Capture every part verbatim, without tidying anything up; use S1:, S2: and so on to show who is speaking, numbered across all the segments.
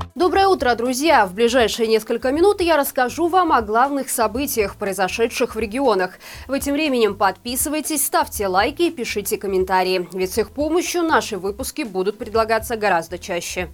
S1: Доброе утро, друзья! В ближайшие несколько минут я расскажу вам о главных событиях, произошедших в регионах. В этим временем подписывайтесь, ставьте лайки и пишите комментарии. Ведь с их помощью наши выпуски будут предлагаться гораздо чаще.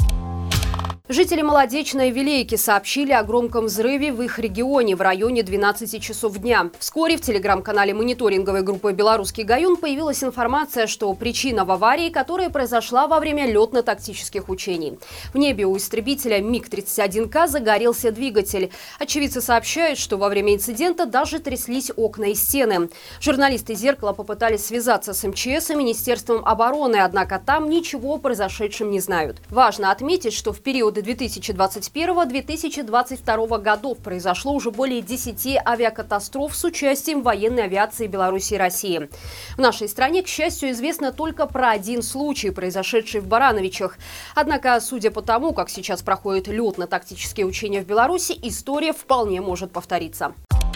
S1: Жители Молодечной Вилейки сообщили о громком взрыве в их регионе в районе двенадцати часов дня. Вскоре в телеграм-канале мониторинговой группы «Белорусский Гаюн» появилась информация, что причина в аварии, которая произошла во время летно-тактических учений. В небе у истребителя МиГ тридцать один К загорелся двигатель. Очевидцы сообщают, что во время инцидента даже тряслись окна и стены. Журналисты «Зеркала» попытались связаться с МЧС и Министерством обороны, однако там ничего о произошедшем не знают. Важно отметить, что в период две тысячи двадцать первого — две тысячи двадцать второго годов произошло уже более десяти авиакатастроф с участием военной авиации Беларуси и России. В нашей стране, к счастью, известно только про один случай, произошедший в Барановичах. Однако, судя по тому, как сейчас проходят летно-тактические учения в Беларуси, история вполне может повториться.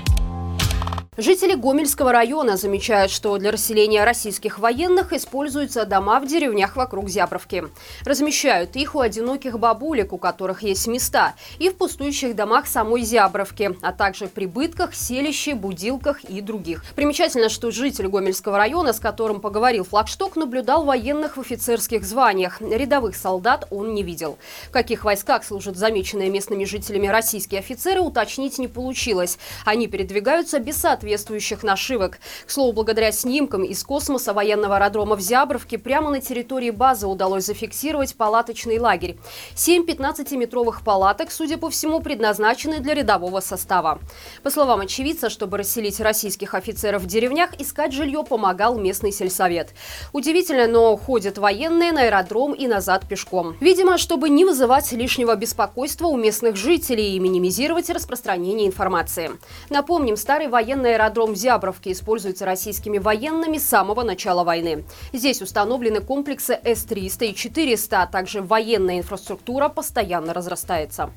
S1: Жители Гомельского района замечают, что для расселения российских военных используются дома в деревнях вокруг Зябровки. Размещают их у одиноких бабулек, у которых есть места, и в пустующих домах самой Зябровки, а также в прибытках, селище, будилках и других. Примечательно, что житель Гомельского района, с которым поговорил Флагшток, наблюдал военных в офицерских званиях. Рядовых солдат он не видел. В каких войсках служат замеченные местными жителями российские офицеры, уточнить не получилось. Они передвигаются без соответствия соответствующих нашивок. К слову, благодаря снимкам из космоса военного аэродрома в Зябровке прямо на территории базы удалось зафиксировать палаточный лагерь. Семь пятнадцатиметровых палаток, судя по всему, предназначены для рядового состава. По словам очевидца, чтобы расселить российских офицеров в деревнях, искать жилье помогал местный сельсовет. Удивительно, но ходят военные на аэродром и назад пешком. Видимо, чтобы не вызывать лишнего беспокойства у местных жителей и минимизировать распространение информации. Напомним, старый военный аэродром Зябровки используется российскими военными с самого начала войны. Здесь установлены комплексы С триста и четыреста, а также военная инфраструктура постоянно разрастается.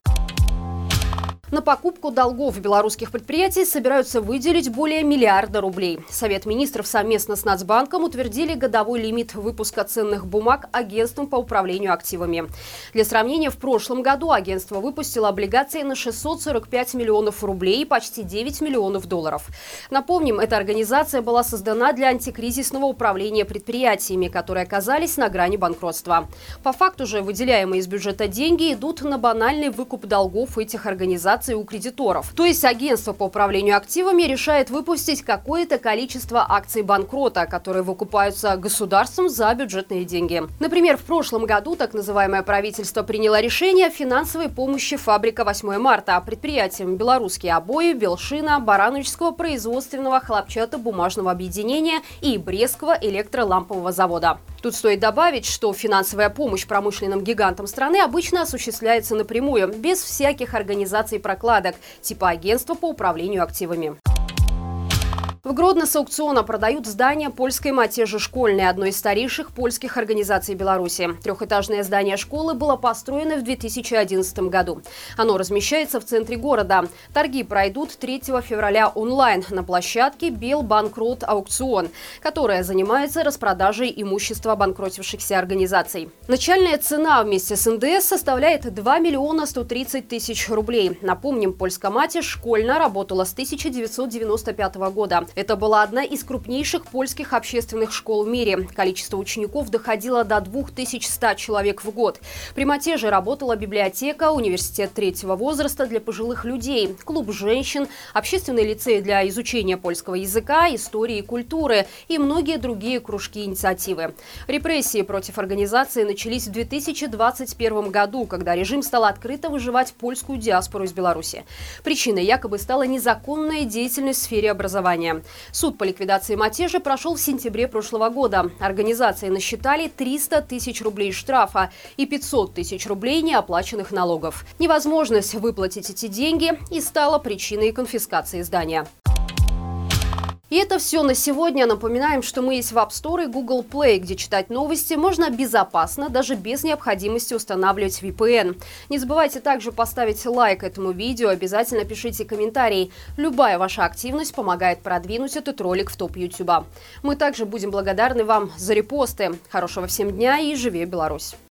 S1: На покупку долгов белорусских предприятий собираются выделить более миллиарда рублей. Совет министров совместно с Нацбанком утвердили годовой лимит выпуска ценных бумаг агентством по управлению активами. Для сравнения, в прошлом году агентство выпустило облигации на шестьсот сорок пять миллионов рублей и почти девять миллионов долларов. Напомним, эта организация была создана для антикризисного управления предприятиями, которые оказались на грани банкротства. По факту же выделяемые из бюджета деньги идут на банальный выкуп долгов этих организаций у кредиторов. То есть агентство по управлению активами решает выпустить какое-то количество акций банкрота, которые выкупаются государством за бюджетные деньги. Например, в прошлом году так называемое правительство приняло решение о финансовой помощи «Фабрика восьмое марта» предприятиям «Белорусские обои», «Белшина», Барановичского производственного хлопчатобумажного объединения и Брестского электролампового завода. Тут стоит добавить, что финансовая помощь промышленным гигантам страны обычно осуществляется напрямую, без всяких организаций прокладок, типа агентства по управлению активами. В Гродно с аукциона продают здание польской матежи школьной, одной из старейших польских организаций Беларуси. Трехэтажное здание школы было построено в две тысячи одиннадцатом году. Оно размещается в центре города. Торги пройдут третьего февраля онлайн на площадке Белбанкрот Аукцион, которая занимается распродажей имущества обанкротившихся организаций. Начальная цена вместе с эн дэ эс составляет два миллиона сто тридцать тысяч рублей. Напомним, польская матежь школьная работала с тысяча девятьсот девяносто пятого года. Это была одна из крупнейших польских общественных школ в мире. Количество учеников доходило до двух тысяч ста человек в год. При матеже работала библиотека, университет третьего возраста для пожилых людей, клуб женщин, общественный лицей для изучения польского языка, истории и культуры и многие другие кружки и инициативы. Репрессии против организации начались в две тысячи двадцать первом году, когда режим стал открыто выживать польскую диаспору из Беларуси. Причиной якобы стала незаконная деятельность в сфере образования. Суд по ликвидации матежи прошел в сентябре прошлого года. Организации насчитали триста тысяч рублей штрафа и пятьсот тысяч рублей неоплаченных налогов. Невозможность выплатить эти деньги и стала причиной конфискации здания. И это все на сегодня. Напоминаем, что мы есть в App Store и Google Play, где читать новости можно безопасно, даже без необходимости устанавливать ви пи эн. Не забывайте также поставить лайк этому видео, обязательно пишите комментарии. Любая ваша активность помогает продвинуть этот ролик в топ Ютуба. Мы также будем благодарны вам за репосты. Хорошего всем дня и живи Беларусь!